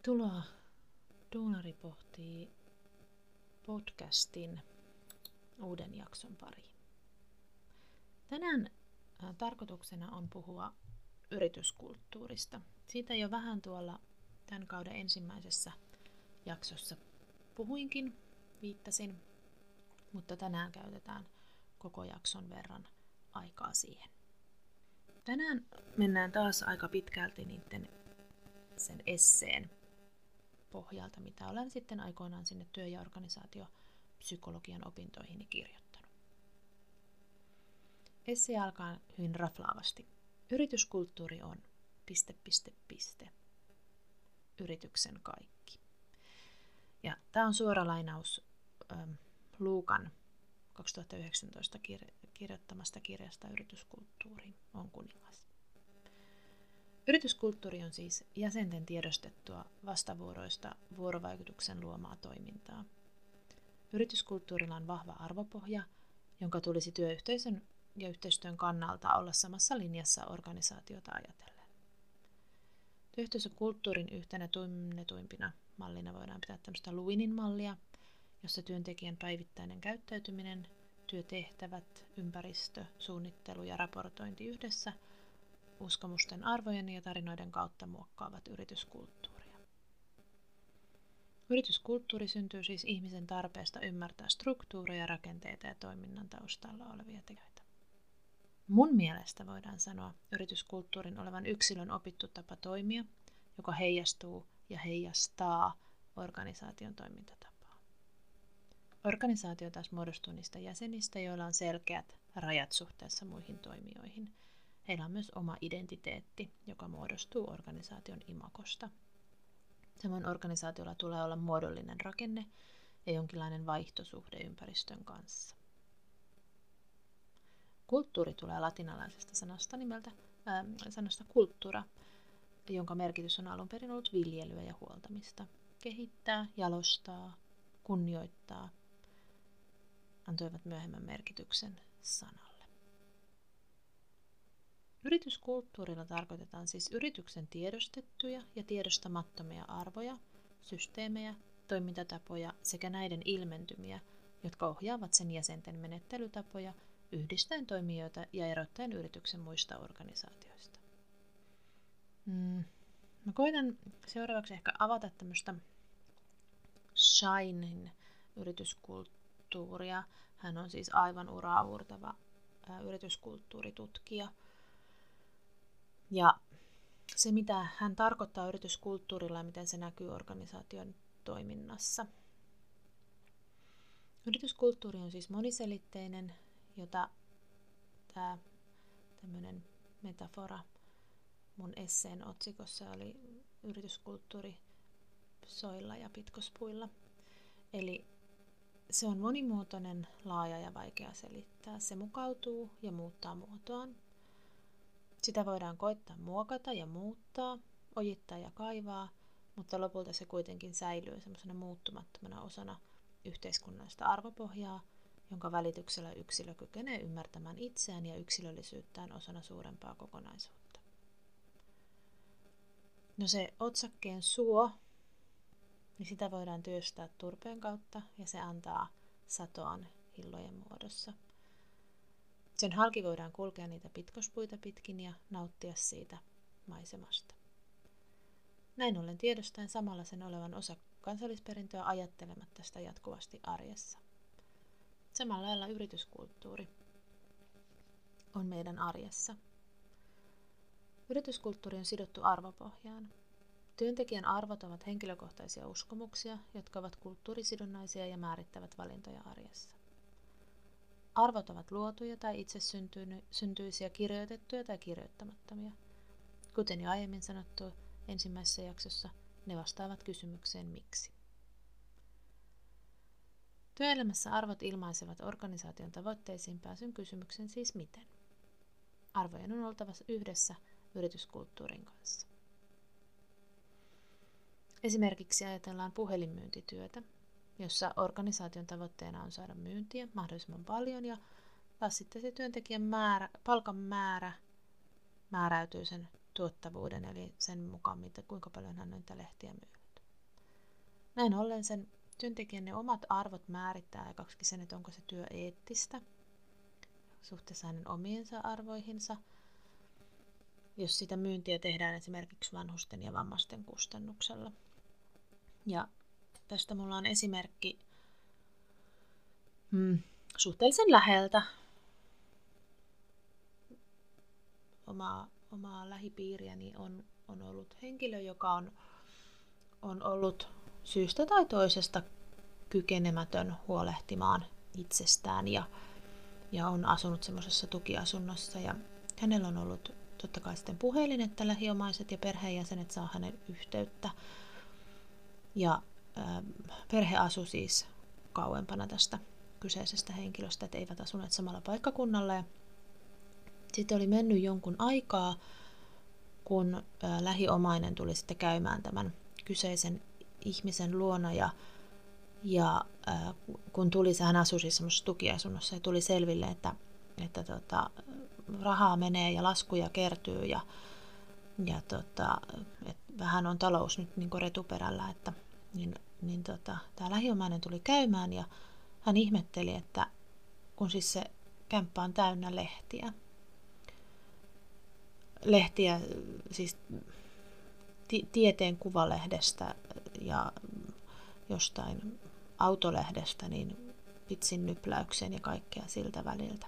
Tervetuloa Duunari pohtii podcastin uuden jakson pariin. Tänään tarkoituksena on puhua yrityskulttuurista. Siitä jo vähän tuolla tämän kauden ensimmäisessä jaksossa puhuinkin, viittasin, mutta tänään käytetään koko jakson verran aikaa siihen. Tänään mennään taas aika pitkälti sen esseen pohjalta, mitä olen sitten aikoinaan sinne työ- ja organisaatiopsykologian opintoihini kirjoittanut. Essee alkaa hyvin raflaavasti. Yrityskulttuuri on ... yrityksen kaikki. Ja tämä on suora lainaus Luukan 2019 kirjoittamasta kirjasta Yrityskulttuuri on kuningas. Yrityskulttuuri on siis jäsenten tiedostettua vastavuoroista vuorovaikutuksen luomaa toimintaa. Yrityskulttuurilla on vahva arvopohja, jonka tulisi työyhteisön ja yhteistyön kannalta olla samassa linjassa organisaatiota ajatellen. Työyhteisön kulttuurin yhtenä tunnetuimpina mallina voidaan pitää tämmöistä Lewinin mallia, jossa työntekijän päivittäinen käyttäytyminen, työtehtävät, ympäristö, suunnittelu ja raportointi yhdessä uskomusten, arvojen ja tarinoiden kautta muokkaavat yrityskulttuuria. Yrityskulttuuri syntyy siis ihmisen tarpeesta ymmärtää struktuureja, rakenteita ja toiminnan taustalla olevia tekijöitä. Mun mielestä voidaan sanoa yrityskulttuurin olevan yksilön opittu tapa toimia, joka heijastuu ja heijastaa organisaation toimintatapaa. Organisaatio taas muodostuu niistä jäsenistä, joilla on selkeät rajat suhteessa muihin toimijoihin. Heillä on myös oma identiteetti, joka muodostuu organisaation imagosta. Samoin organisaatiolla tulee olla muodollinen rakenne ja jonkinlainen vaihtosuhde ympäristön kanssa. Kulttuuri tulee latinalaisesta sanasta cultura, jonka merkitys on alun perin ollut viljelyä ja huoltamista. Kehittää, jalostaa, kunnioittaa antoivat myöhemmän merkityksen sanalle. Yrityskulttuurilla tarkoitetaan siis yrityksen tiedostettuja ja tiedostamattomia arvoja, systeemejä, toimintatapoja sekä näiden ilmentymiä, jotka ohjaavat sen jäsenten menettelytapoja yhdistäen toimijoita ja erottaen yrityksen muista organisaatioista. Mä koitan seuraavaksi ehkä avata tämmöistä Shinin yrityskulttuuria. Hän on siis aivan uraa uurtava yrityskulttuuritutkija. Ja se, mitä hän tarkoittaa yrityskulttuurilla ja miten se näkyy organisaation toiminnassa. Yrityskulttuuri on siis moniselitteinen, jota tämä tämmöinen metafora mun esseen otsikossa oli yrityskulttuuri soilla ja pitkospuilla. Eli se on monimuotoinen, laaja ja vaikea selittää. Se mukautuu ja muuttaa muotoaan. Sitä voidaan koittaa muokata ja muuttaa, ojittaa ja kaivaa, mutta lopulta se kuitenkin säilyy semmoisena muuttumattomana osana yhteiskunnallista arvopohjaa, jonka välityksellä yksilö kykenee ymmärtämään itseään ja yksilöllisyyttään osana suurempaa kokonaisuutta. No se otsakkeen suo, niin sitä voidaan työstää turpeen kautta ja se antaa satoaan hillojen muodossa. Sen halki voidaan kulkea niitä pitkospuita pitkin ja nauttia siitä maisemasta. Näin ollen tiedostaen samalla sen olevan osa kansallisperintöä ajattelematta sitä jatkuvasti arjessa. Samalla lailla yrityskulttuuri on meidän arjessa. Yrityskulttuuri on sidottu arvopohjaan. Työntekijän arvot ovat henkilökohtaisia uskomuksia, jotka ovat kulttuurisidonnaisia ja määrittävät valintoja arjessa. Arvot ovat luotuja tai itse syntyisiä, kirjoitettuja tai kirjoittamattomia. Kuten jo aiemmin sanottu ensimmäisessä jaksossa, ne vastaavat kysymykseen miksi. Työelämässä arvot ilmaisevat organisaation tavoitteisiin pääsyn kysymyksen siis miten. Arvojen on oltava yhdessä yrityskulttuurin kanssa. Esimerkiksi ajatellaan puhelinmyyntityötä, jossa organisaation tavoitteena on saada myyntiä mahdollisimman paljon ja taas sitten se työntekijän palkan määrä määräytyy sen tuottavuuden eli sen mukaan, kuinka paljon hän on niitä lehtiä myynyt. Näin ollen sen työntekijän ne omat arvot määrittää aikaksi sen, että onko se työ eettistä suhteessa hänen omiinsa arvoihinsa, jos sitä myyntiä tehdään esimerkiksi vanhusten ja vammaisten kustannuksella. Ja tästä mulla on esimerkki suhteellisen läheltä omaa lähipiiriäni on ollut henkilö, joka on ollut syystä tai toisesta kykenemätön huolehtimaan itsestään ja on asunut semmoisessa tukiasunnossa ja hänellä on ollut totta kai sitten puhelin, että lähiomaiset ja perheenjäsenet saa hänen yhteyttä ja perhe asui siis kauempana tästä kyseisestä henkilöstä, että eivät asuneet samalla paikkakunnalla ja sitten oli mennyt jonkun aikaa, kun lähiomainen tuli sitten käymään tämän kyseisen ihmisen luona ja kun tuli, hän asui siis semmoisessa tukiasunnossa ja tuli selville, että rahaa menee ja laskuja kertyy ja vähän on talous nyt niin kuin retuperällä, että tämä lähiomainen tuli käymään ja hän ihmetteli, että kun siis se kämppä on täynnä lehtiä siis tieteen kuvalehdestä ja jostain autolehdestä, niin pitsin nypläykseen ja kaikkea siltä väliltä.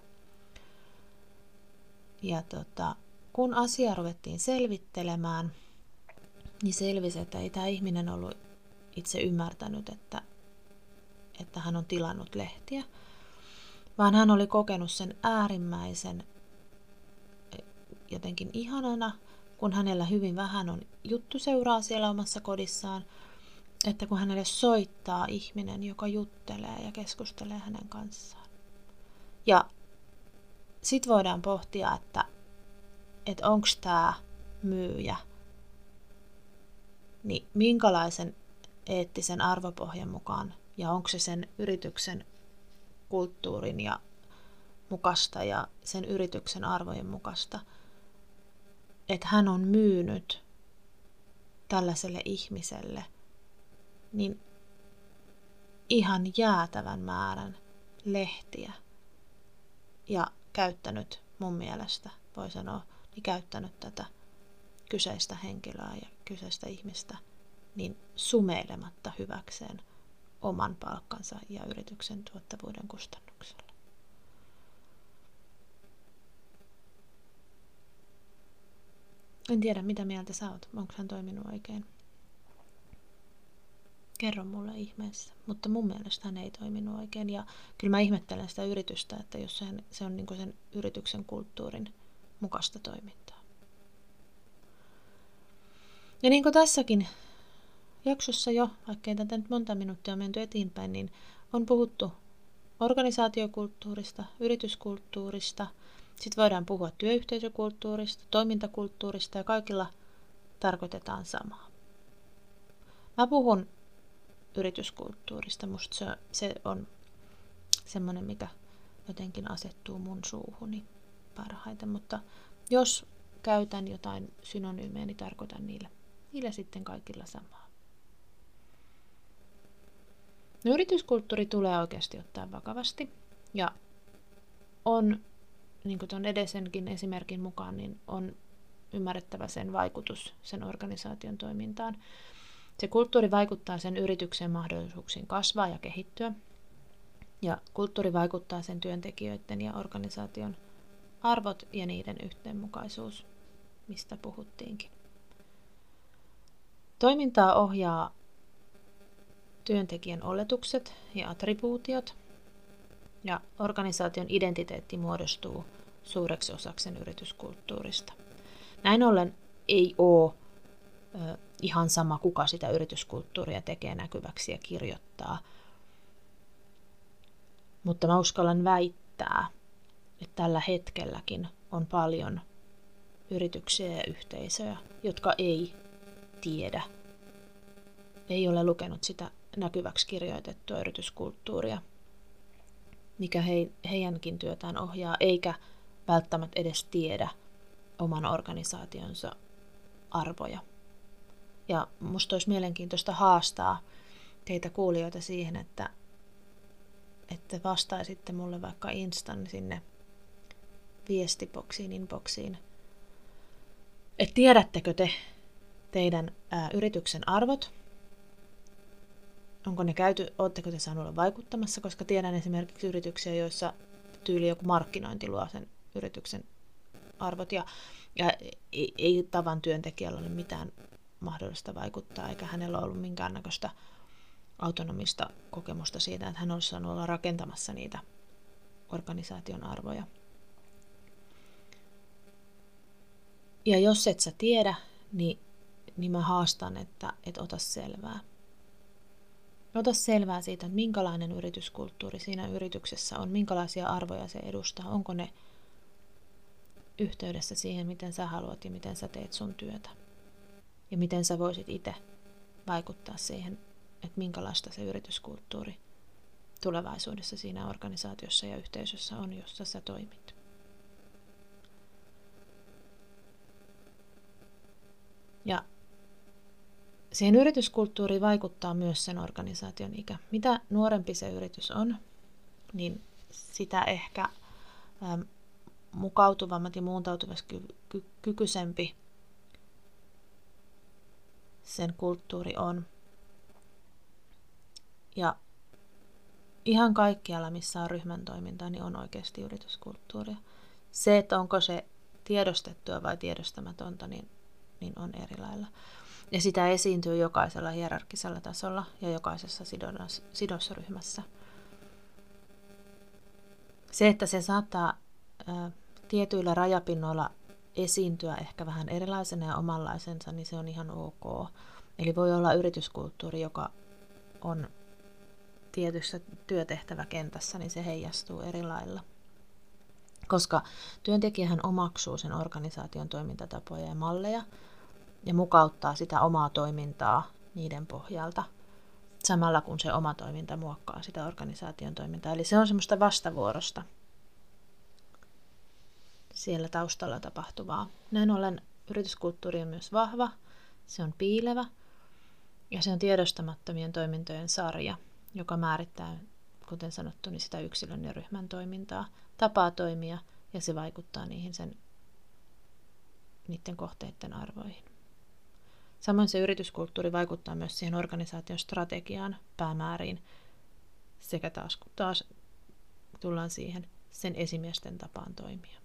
Ja kun asiaa ruvettiin selvittelemään, niin selvisi, että ei tämä ihminen ollut itse ymmärtänyt, että hän on tilannut lehtiä, vaan hän oli kokenut sen äärimmäisen jotenkin ihanana, kun hänellä hyvin vähän on juttuseuraa siellä omassa kodissaan, että kun hänelle soittaa ihminen, joka juttelee ja keskustelee hänen kanssaan. Ja sitten voidaan pohtia, että onko tämä myyjä, niin minkälaisen eettisen arvopohjan mukaan ja onko se sen yrityksen kulttuurin ja mukaista ja sen yrityksen arvojen mukaista, että hän on myynyt tällaiselle ihmiselle niin ihan jäätävän määrän lehtiä ja käyttänyt mun mielestä, voi sanoa, niin käyttänyt tätä kyseistä henkilöä ja kyseistä ihmistä niin sumeilematta hyväkseen oman palkkansa ja yrityksen tuottavuuden kustannuksella. En tiedä, mitä mieltä sä oot. Onko hän toiminut oikein? Kerro mulle ihmeessä. Mutta mun mielestä hän ei toiminut oikein. Ja kyllä mä ihmettelen sitä yritystä, että jos se on niin kuin sen yrityksen kulttuurin mukaista toimintaa. Ja niin kuin tässäkin jaksossa jo, vaikkei tätä nyt monta minuuttia on menty eteenpäin, niin on puhuttu organisaatiokulttuurista, yrityskulttuurista, sitten voidaan puhua työyhteisökulttuurista, toimintakulttuurista ja kaikilla tarkoitetaan samaa. Mä puhun yrityskulttuurista, musta se on semmoinen, mikä jotenkin asettuu mun suuhuni parhaiten, mutta jos käytän jotain synonyymeä, niin tarkoitan niillä sitten kaikilla samaa. No, yrityskulttuuri tulee oikeasti ottaa vakavasti ja on, niin kuin tuon edellisenkin esimerkin mukaan, niin on ymmärrettävä sen vaikutus sen organisaation toimintaan. Se kulttuuri vaikuttaa sen yrityksen mahdollisuuksiin kasvaa ja kehittyä. Ja kulttuuri vaikuttaa sen työntekijöiden ja organisaation arvot ja niiden yhteenmukaisuus, mistä puhuttiinkin. Toimintaa ohjaa työntekijän oletukset ja attribuutiot, ja organisaation identiteetti muodostuu suureksi osaksi sen yrityskulttuurista. Näin ollen ei ole ihan sama, kuka sitä yrityskulttuuria tekee näkyväksi ja kirjoittaa. Mutta mä uskallan väittää, että tällä hetkelläkin on paljon yrityksiä ja yhteisöjä, jotka ei tiedä, ei ole lukenut sitä näkyväksi kirjoitettua yrityskulttuuria, mikä heidänkin työtään ohjaa, eikä välttämättä edes tiedä oman organisaationsa arvoja. Ja musta olisi mielenkiintoista haastaa teitä kuulijoita siihen, että vastaisitte mulle vaikka Instan sinne viestiboksiin, inboxiin. Että tiedättekö te teidän yrityksen arvot? Onko ne käyty, ootteko te saaneet olla vaikuttamassa, koska tiedän esimerkiksi yrityksiä, joissa tyyli joku markkinointi luo sen yrityksen arvot ja ei tavan työntekijällä ole mitään mahdollista vaikuttaa, eikä hänellä ollut minkäännäköistä autonomista kokemusta siitä, että hän olisi saanut olla rakentamassa niitä organisaation arvoja. Ja jos et sä tiedä, niin mä haastan, että ota selvää. Ota selvää siitä, että minkälainen yrityskulttuuri siinä yrityksessä on, minkälaisia arvoja se edustaa, onko ne yhteydessä siihen, miten sä haluat ja miten sä teet sun työtä. Ja miten sä voisit itse vaikuttaa siihen, että minkälaista se yrityskulttuuri tulevaisuudessa siinä organisaatiossa ja yhteisössä on, jossa sä toimit. Ja siihen yrityskulttuuriin vaikuttaa myös sen organisaation ikä. Mitä nuorempi se yritys on, niin sitä ehkä mukautuvammat ja muuntautuvaskykyisempi sen kulttuuri on. Ja ihan kaikkialla, missä on ryhmän toimintaa, niin on oikeasti yrityskulttuuria. Se, että onko se tiedostettua vai tiedostamatonta, niin on eri lailla. Ja sitä esiintyy jokaisella hierarkisella tasolla ja jokaisessa sidosryhmässä. Se, että se saattaa tietyillä rajapinnoilla esiintyä ehkä vähän erilaisena ja omanlaisensa, niin se on ihan ok. Eli voi olla yrityskulttuuri, joka on tietyssä työtehtäväkentässä, niin se heijastuu eri lailla. Koska työntekijähän omaksuu sen organisaation toimintatapoja ja malleja ja mukauttaa sitä omaa toimintaa niiden pohjalta, samalla kun se oma toiminta muokkaa sitä organisaation toimintaa. Eli se on semmoista vastavuorosta siellä taustalla tapahtuvaa. Näin ollen yrityskulttuuri on myös vahva, se on piilevä ja se on tiedostamattomien toimintojen sarja, joka määrittää, kuten sanottu, niin sitä yksilön ja ryhmän toimintaa, tapaa toimia ja se vaikuttaa niiden kohteiden arvoihin. Samoin se yrityskulttuuri vaikuttaa myös siihen organisaation strategiaan, päämääriin sekä taas tullaan siihen sen esimiesten tapaan toimia.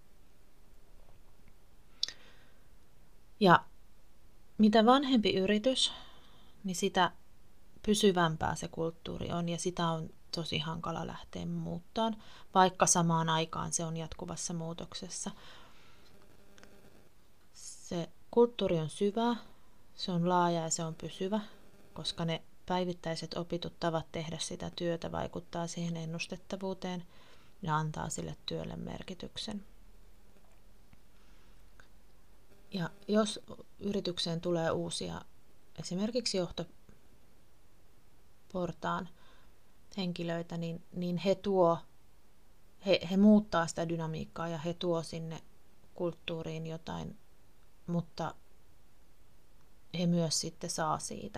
Ja mitä vanhempi yritys, niin sitä pysyvämpää se kulttuuri on ja sitä on tosi hankala lähteä muuttamaan, vaikka samaan aikaan se on jatkuvassa muutoksessa. Se kulttuuri on syvä, se on laaja ja se on pysyvä, koska ne päivittäiset opitut tavat tehdä sitä työtä vaikuttaa siihen ennustettavuuteen ja antaa sille työlle merkityksen. Ja jos yritykseen tulee uusia, esimerkiksi johtoportaan henkilöitä, niin he muuttaa sitä dynamiikkaa ja he tuo sinne kulttuuriin jotain, mutta he myös sitten saa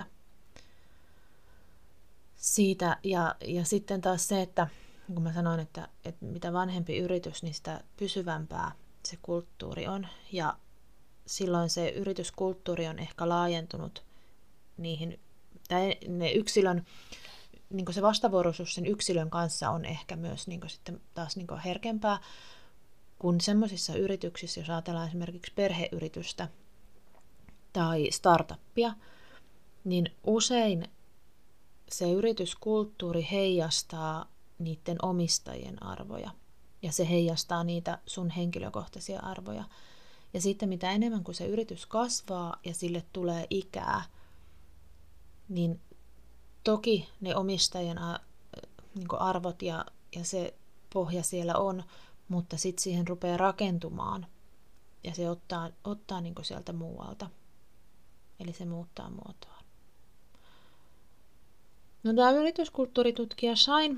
siitä ja sitten taas se, että kun mä sanoin, että mitä vanhempi yritys, niin sitä pysyvämpää se kulttuuri on ja silloin se yrityskulttuuri on ehkä laajentunut niihin, tai ne yksilön, niin se vastavuoroisuus sen yksilön kanssa on ehkä myös niin sitten taas niin herkempää kuin semmoisissa yrityksissä, jos ajatellaan esimerkiksi perheyritystä tai startuppia, niin usein se yrityskulttuuri heijastaa niiden omistajien arvoja ja se heijastaa niitä sun henkilökohtaisia arvoja. Ja sitten mitä enemmän kuin se yritys kasvaa ja sille tulee ikää, niin toki ne omistajien arvot ja se pohja siellä on, mutta sitten siihen rupeaa rakentumaan ja se ottaa niin kuin sieltä muualta. Eli se muuttaa muotoaan. No, tämä yrityskulttuuritutkija Shine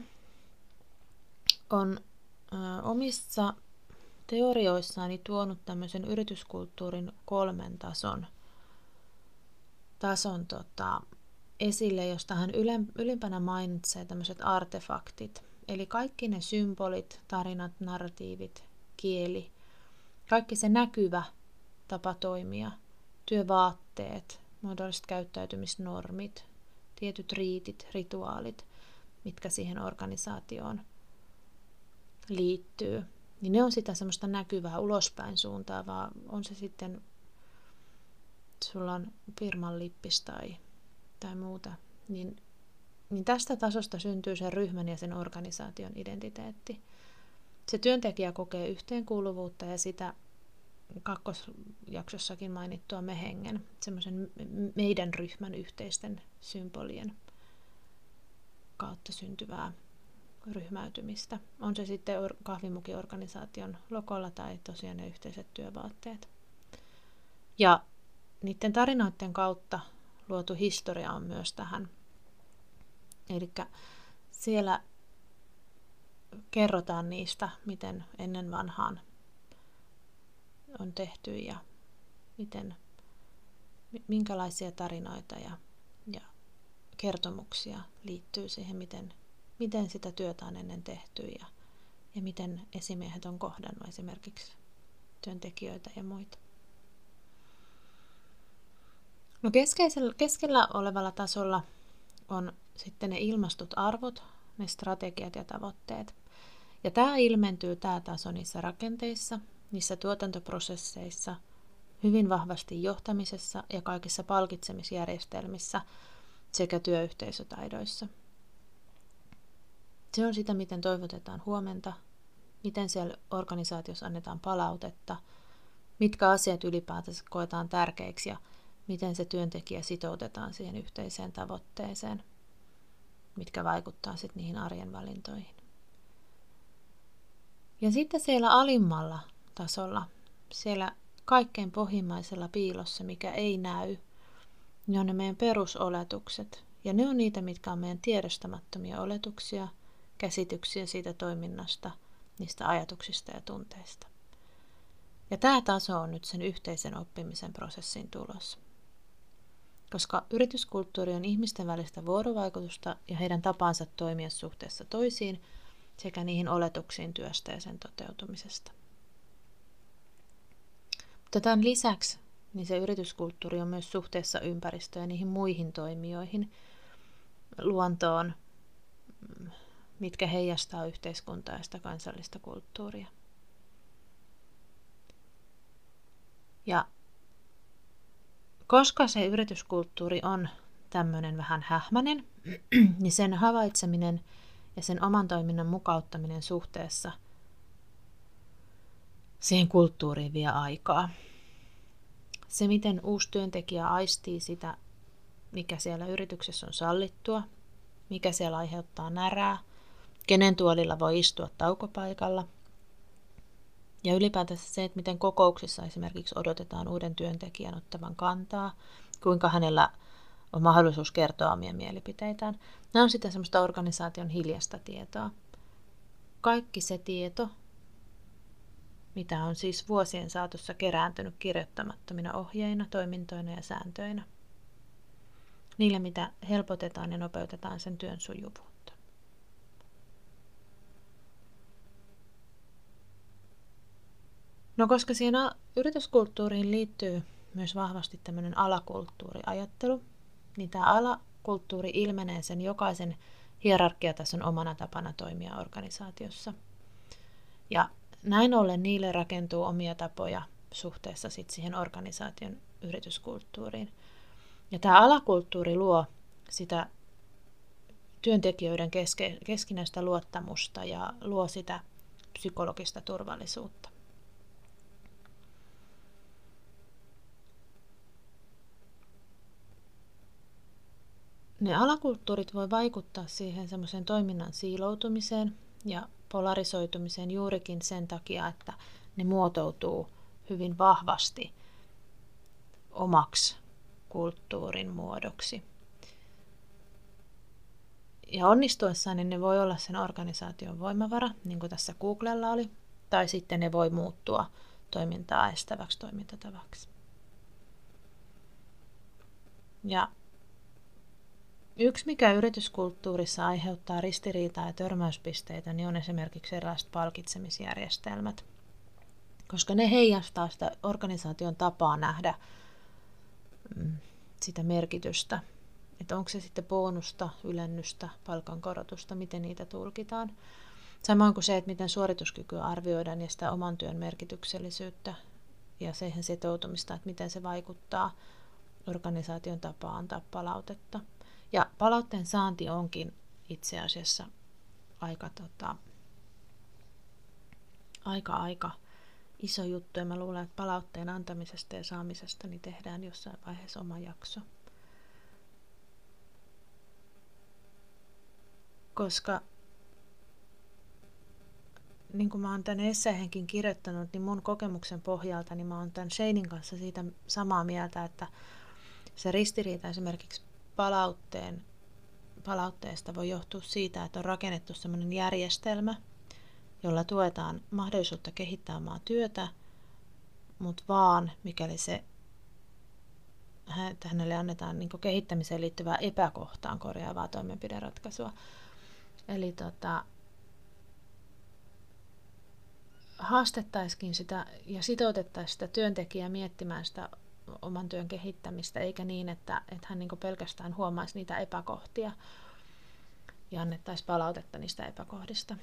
on omissa teorioissaan tuonut tämmöisen yrityskulttuurin 3 tason esille, josta hän ylimpänä mainitsee tämmöiset artefaktit. Eli kaikki ne symbolit, tarinat, narratiivit, kieli, kaikki se näkyvä tapa toimia, työvaatteet, muodolliset käyttäytymisnormit, tietyt riitit, rituaalit, mitkä siihen organisaatioon liittyy, niin ne on sitä semmoista näkyvää ulospäin suuntaavaa. On se sitten, sulla on firman lippis tai muuta, niin tästä tasosta syntyy sen ryhmän ja sen organisaation identiteetti. Se työntekijä kokee yhteenkuuluvuutta ja sitä kakkosjaksossakin mainittua me-hengen, semmoisen meidän ryhmän yhteisten symbolien kautta syntyvää ryhmäytymistä. On se sitten kahvimukiorganisaation logolla tai tosiaan ne yhteiset työvaatteet. Ja niiden tarinoiden kautta luotu historia on myös tähän. Eli siellä kerrotaan niistä, miten ennen vanhaan on tehty ja minkälaisia tarinoita ja kertomuksia liittyy siihen, miten sitä työtä on ennen tehty ja miten esimiehet on kohdannut esimerkiksi työntekijöitä ja muita. No keskellä olevalla tasolla on sitten ne ilmastut arvot, ne strategiat ja tavoitteet. Ja tämä taso niissä rakenteissa, niissä tuotantoprosesseissa, hyvin vahvasti johtamisessa ja kaikissa palkitsemisjärjestelmissä sekä työyhteisötaidoissa. Se on sitä, miten toivotetaan huomenta, miten siellä organisaatiossa annetaan palautetta, mitkä asiat ylipäätänsä koetaan tärkeiksi ja miten se työntekijä sitoutetaan siihen yhteiseen tavoitteeseen, mitkä vaikuttaa sitten niihin arjen valintoihin. Ja sitten siellä alimmalla tasolla, siellä kaikkein pohjimmaisella piilossa, mikä ei näy, ne on ne meidän perusoletukset. Ja ne on niitä, mitkä on meidän tiedostamattomia oletuksia, käsityksiä siitä toiminnasta, niistä ajatuksista ja tunteista. Ja tämä taso on nyt sen yhteisen oppimisen prosessin tulos. Koska yrityskulttuuri on ihmisten välistä vuorovaikutusta ja heidän tapaansa toimia suhteessa toisiin sekä niihin oletuksiin työstä ja sen toteutumisesta. Mutta tämän lisäksi niin se yrityskulttuuri on myös suhteessa ympäristöön ja niihin muihin toimijoihin, luontoon, mitkä heijastaa yhteiskuntaa ja sitä kansallista kulttuuria. Ja koska se yrityskulttuuri on tämmöinen vähän hähmäinen, niin sen havaitseminen ja sen oman toiminnan mukauttaminen suhteessa siihen kulttuuriin vie aikaa. Se, miten uusi työntekijä aistii sitä, mikä siellä yrityksessä on sallittua, mikä siellä aiheuttaa närää, kenen tuolilla voi istua taukopaikalla. Ja ylipäätänsä se, että miten kokouksissa esimerkiksi odotetaan uuden työntekijän ottavan kantaa, kuinka hänellä on mahdollisuus kertoa omia mielipiteitään. Nämä on sitä semmoista organisaation hiljaista tietoa. Kaikki se tieto, mitä on siis vuosien saatossa kerääntynyt kirjoittamattomina ohjeina, toimintoina ja sääntöinä. Niillä, mitä helpotetaan ja nopeutetaan sen työn sujuvuutta. No koska siihen yrityskulttuuriin liittyy myös vahvasti tämmöinen alakulttuuriajattelu, niin tämä alakulttuuri ilmenee sen jokaisen hierarkiatason omana tapana toimia organisaatiossa. Ja näin ollen niille rakentuu omia tapoja suhteessa sit siihen organisaation yrityskulttuuriin. Ja tämä alakulttuuri luo sitä työntekijöiden keskinäistä luottamusta ja luo sitä psykologista turvallisuutta. Ne alakulttuurit voi vaikuttaa siihen semmoiseen toiminnan siiloutumiseen ja polarisoitumiseen juurikin sen takia, että ne muotoutuu hyvin vahvasti omaksi kulttuurin muodoksi. Ja onnistuessaan niin ne voi olla sen organisaation voimavara, niin kuin tässä Googlella oli, tai sitten ne voi muuttua toimintaa estäväksi toimintatavaksi. Ja Yksi, mikä yrityskulttuurissa aiheuttaa ristiriitaa ja törmäyspisteitä, niin on esimerkiksi erilaiset palkitsemisjärjestelmät, koska ne heijastaa sitä organisaation tapaa nähdä sitä merkitystä. Että onko se sitten bonusta, ylennystä, palkankorotusta, miten niitä tulkitaan. Samoin kuin se, että miten suorituskykyä arvioidaan ja sitä oman työn merkityksellisyyttä ja siihen sitoutumista, että miten se vaikuttaa organisaation tapaan antaa palautetta. Ja palautteen saanti onkin itse asiassa aika iso juttu. Ja mä luulen, että palautteen antamisesta ja saamisesta niin tehdään jossain vaiheessa oma jakso. Koska niin kuin mä oon tänne esseehenkin kirjoittanut, niin mun kokemuksen pohjalta niin mä oon tämän Shanein kanssa siitä samaa mieltä, että se ristiriita esimerkiksi palautteesta voi johtua siitä, että on rakennettu sellainen järjestelmä, jolla tuetaan mahdollisuutta kehittää omaa työtä, mutta vaan mikäli hänelle annetaan niin kuin kehittämiseen liittyvää epäkohtaan korjaavaa toimenpideratkaisua. Eli haastettaisiin sitä ja sitoutettaisiin sitä työntekijää miettimään sitä oman työn kehittämistä, eikä niin, että hän niin kuin pelkästään huomaisi niitä epäkohtia ja annettaisiin palautetta niistä epäkohdista.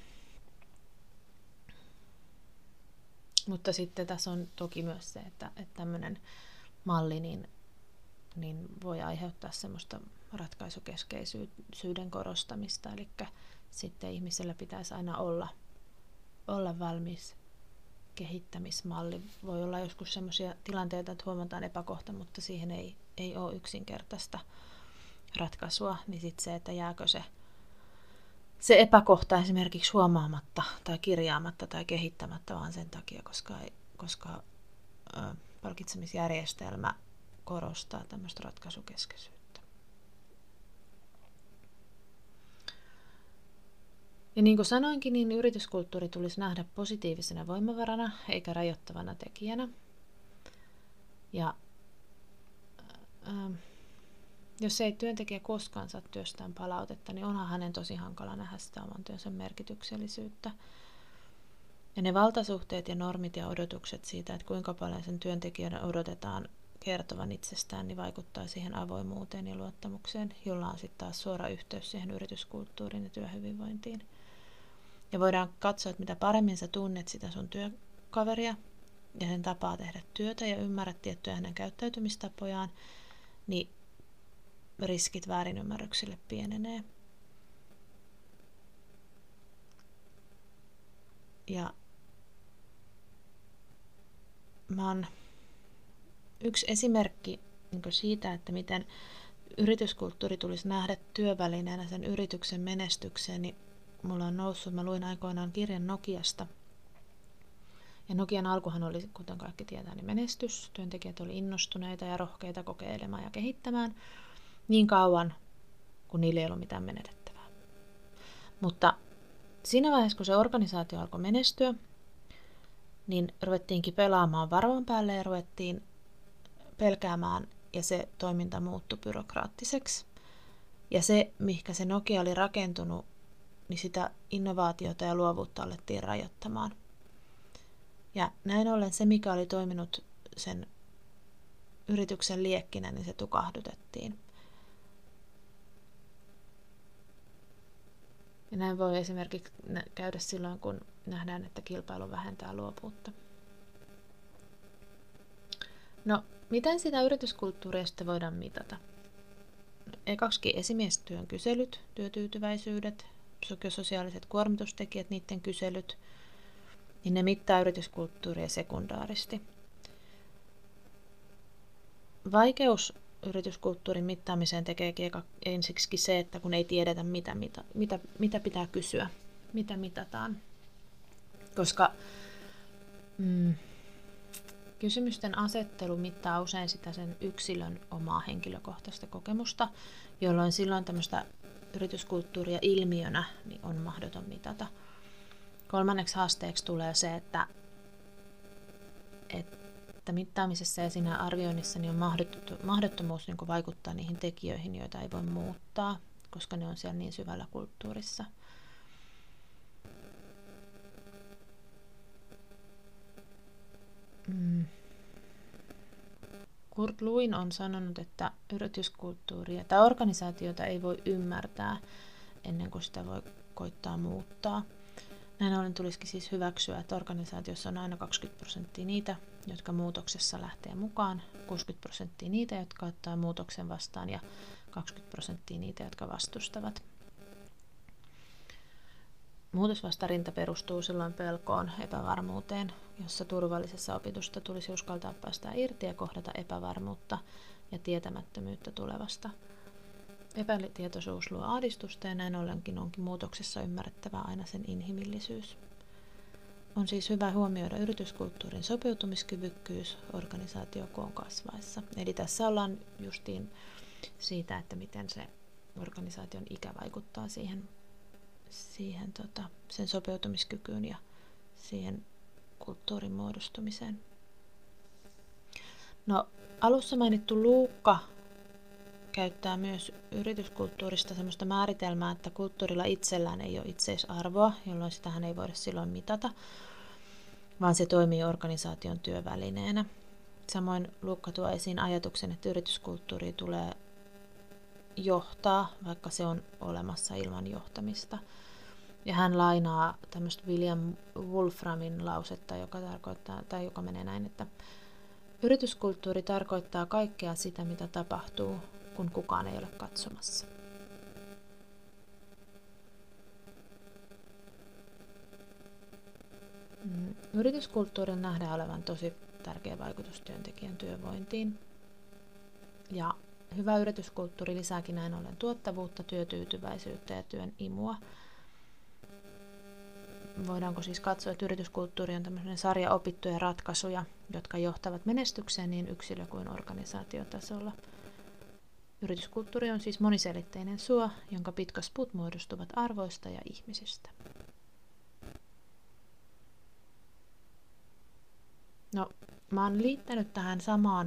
Mutta sitten tässä on toki myös se, että tämmöinen malli niin voi aiheuttaa semmoista ratkaisukeskeisyyden korostamista, eli sitten ihmisellä pitäisi aina olla valmis kehittämismalli. Voi olla joskus sellaisia tilanteita, että huomataan epäkohta, mutta siihen ei ole yksinkertaista ratkaisua, niin sitten se, että jääkö se epäkohta esimerkiksi huomaamatta tai kirjaamatta tai kehittämättä vaan sen takia, koska palkitsemisjärjestelmä korostaa tämmöistä ratkaisukeskeisyyttä. Ja niin kuin sanoinkin, niin yrityskulttuuri tulisi nähdä positiivisena voimavarana eikä rajoittavana tekijänä. Ja jos ei työntekijä koskaan saa työstään palautetta, niin onhan hänen tosi hankala nähdä sitä oman työnsä merkityksellisyyttä. Ja ne valtasuhteet ja normit ja odotukset siitä, että kuinka paljon sen työntekijän odotetaan kertovan itsestään, niin vaikuttaa siihen avoimuuteen ja luottamukseen, jolla on sitten taas suora yhteys siihen yrityskulttuuriin ja työhyvinvointiin. Ja voidaan katsoa, että mitä paremmin sä tunnet sitä sun työkaveria ja sen tapaa tehdä työtä ja ymmärrät tiettyjä hänen käyttäytymistapojaan, niin riskit väärinymmärryksille pienenee. Ja yksi esimerkki siitä, että miten yrityskulttuuri tulisi nähdä työvälineenä sen yrityksen menestykseen, niin mulla on noussut, mä luin aikoinaan kirjan Nokiasta. Ja Nokian alkuhan oli, kuten kaikki tietää, niin menestys. Työntekijät oli innostuneita ja rohkeita kokeilemaan ja kehittämään niin kauan, kun niillä ei ollut mitään menetettävää. Mutta siinä vaiheessa, kun se organisaatio alkoi menestyä, niin ruvettiinkin pelaamaan varvan päälle ja ruvettiin pelkäämään ja se toiminta muuttui byrokraattiseksi. Ja se, mihinkä se Nokia oli rakentunut, niin sitä innovaatiota ja luovuutta alettiin rajoittamaan. Ja näin ollen se, mikä oli toiminut sen yrityksen liekkinä, niin se tukahdutettiin. Ja näin voi esimerkiksi käydä silloin, kun nähdään, että kilpailu vähentää luovuutta. No, miten sitä yrityskulttuuria sitten voidaan mitata? Ekaksikin esimiestyön kyselyt, työtyytyväisyydet, psykososiaaliset kuormitustekijät, niiden kyselyt, niin ne mittaa yrityskulttuuria sekundaaristi. Vaikeus yrityskulttuurin mittaamiseen tekeekin ensiksi se, että kun ei tiedetä, mitä pitää kysyä, mitä mitataan. Koska kysymysten asettelu mittaa usein sitä sen yksilön omaa henkilökohtaista kokemusta, jolloin silloin tämmöistä yrityskulttuuria ilmiönä niin on mahdoton mitata. Kolmanneksi haasteeksi tulee se, että että mittaamisessa ja siinä arvioinnissa niin on mahdottomuus niin kuin vaikuttaa niihin tekijöihin, joita ei voi muuttaa, koska ne on siellä niin syvällä kulttuurissa. Kurt Lewin on sanonut, että yrityskulttuuria tai organisaatiota ei voi ymmärtää ennen kuin sitä voi koittaa muuttaa. Näin ollen tulisikin siis hyväksyä, että organisaatiossa on aina 20% niitä, jotka muutoksessa lähtee mukaan, 60% niitä, jotka ottaa muutoksen vastaan ja 20% niitä, jotka vastustavat. Muutosvastarinta perustuu silloin pelkoon, epävarmuuteen, jossa turvallisessa opitusta tulisi uskaltaa päästä irti ja kohdata epävarmuutta ja tietämättömyyttä tulevasta. Epätietoisuus luo ahdistusta ja näin ollenkin onkin muutoksessa ymmärrettävä aina sen inhimillisyys. On siis hyvä huomioida yrityskulttuurin sopeutumiskyvykkyys organisaatiokoon kasvaessa. Eli tässä ollaan justiin siitä, että miten se organisaation ikä vaikuttaa siihen sen sopeutumiskykyyn ja siihen kulttuurin muodostumiseen. No, alussa mainittu Luukka käyttää myös yrityskulttuurista sellaista määritelmää, että kulttuurilla itsellään ei ole itseisarvoa, jolloin sitähän ei voida silloin mitata, vaan se toimii organisaation työvälineenä. Samoin Luukka tuo esiin ajatuksen, että yrityskulttuuri tulee johtaa, vaikka se on olemassa ilman johtamista. Ja hän lainaa tämmöistä William Wolframin lausetta, joka menee näin, että yrityskulttuuri tarkoittaa kaikkea sitä, mitä tapahtuu, kun kukaan ei ole katsomassa. Yrityskulttuurin nähdään olevan tosi tärkeä vaikutus työntekijän työvointiin. Ja hyvä yrityskulttuuri lisääkin näin ollen tuottavuutta, työtyytyväisyyttä ja työn imua. Voidaanko siis katsoa, että yrityskulttuuri on tämmöinen sarja opittuja ratkaisuja, jotka johtavat menestykseen niin yksilö- kuin organisaatiotasolla. Yrityskulttuuri on siis moniselitteinen suo, jonka pitkäsput muodostuvat arvoista ja ihmisistä. No, mä oon liittänyt tähän samaan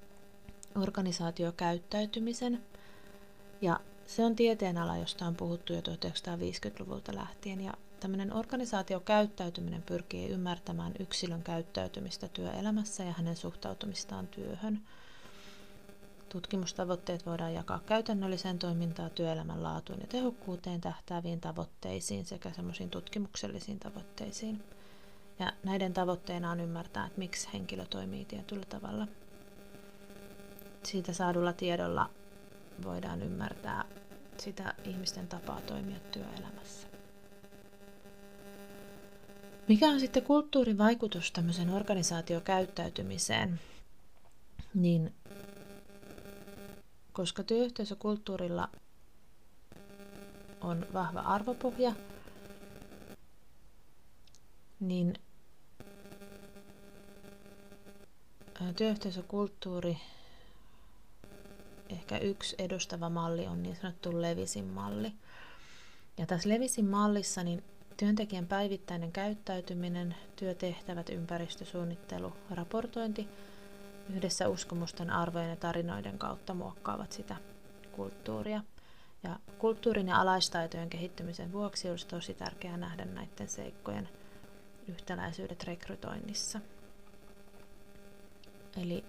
organisaatiokäyttäytymisen, ja se on tieteenala, josta on puhuttu jo 1950-luvulta lähtien, ja tämmöinen organisaatiokäyttäytyminen pyrkii ymmärtämään yksilön käyttäytymistä työelämässä ja hänen suhtautumistaan työhön. Tutkimustavoitteet voidaan jakaa käytännölliseen toimintaan, työelämän laatuun ja tehokkuuteen tähtääviin tavoitteisiin sekä semmoisiin tutkimuksellisiin tavoitteisiin. Ja näiden tavoitteena on ymmärtää, että miksi henkilö toimii tietyllä tavalla. Siitä saadulla tiedolla voidaan ymmärtää sitä ihmisten tapaa toimia työelämässä. Mikä on sitten kulttuurin vaikutus tämmöiseen organisaatiokäyttäytymiseen? Niin, koska työyhteisökulttuurilla on vahva arvopohja, niin työyhteisökulttuuri, ehkä yksi edustava malli on niin sanottu Levisin malli. Ja tässä Levisin mallissa niin työntekijän päivittäinen käyttäytyminen, työtehtävät, ympäristösuunnittelu, raportointi yhdessä uskomusten, arvojen ja tarinoiden kautta muokkaavat sitä kulttuuria. Ja kulttuurin ja alaistaitojen kehittymisen vuoksi olisi tosi tärkeää nähdä näiden seikkojen yhtäläisyydet rekrytoinnissa. Eli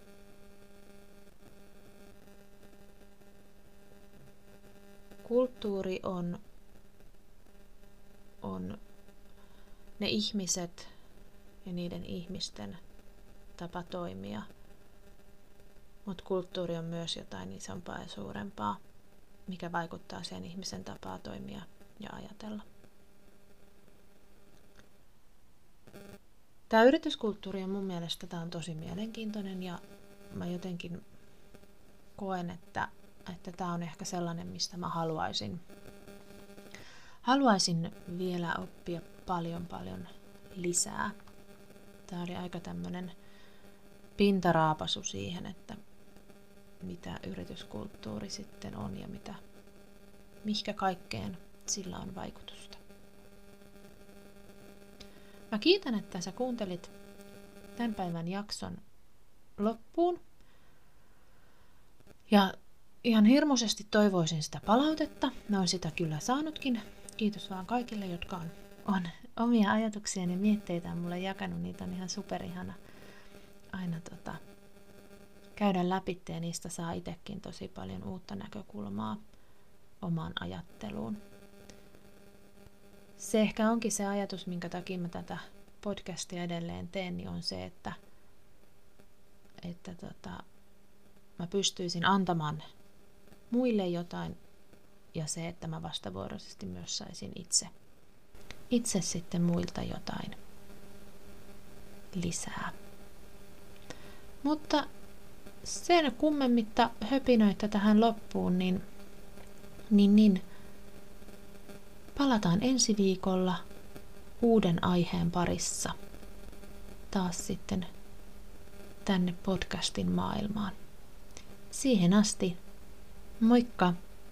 kulttuuri on ne ihmiset ja niiden ihmisten tapa toimia, mutta kulttuuri on myös jotain isompaa ja suurempaa, mikä vaikuttaa sen ihmisen tapaa toimia ja ajatella. Tämä yrityskulttuuri on mun mielestä tämä on tosi mielenkiintoinen ja mä jotenkin koen, että tämä on ehkä sellainen, mistä mä haluaisin vielä oppia paljon lisää. Tämä oli aika tämmöinen pintaraapasu siihen, että mitä yrityskulttuuri sitten on ja mihinkä kaikkeen sillä on vaikutusta. Mä kiitän, että sä kuuntelit tämän päivän jakson loppuun. Ja ihan hirmuisesti toivoisin sitä palautetta. Mä oon sitä kyllä saanutkin. Kiitos vaan kaikille, jotka on omia ajatuksia ja mietteitä mulle jakanut. Niitä on ihan superihana aina käydä läpi ja niistä saa itsekin tosi paljon uutta näkökulmaa omaan ajatteluun. Se ehkä onkin se ajatus, minkä takia mä tätä podcastia edelleen teen, niin on se, että mä pystyisin antamaan muille jotain ja se, että mä vastavuoroisesti myös saisin itse sitten muilta jotain lisää. Sen kummemmitta höpinöitä tähän loppuun, niin palataan ensi viikolla uuden aiheen parissa taas sitten tänne podcastin maailmaan. Siihen asti, moikka!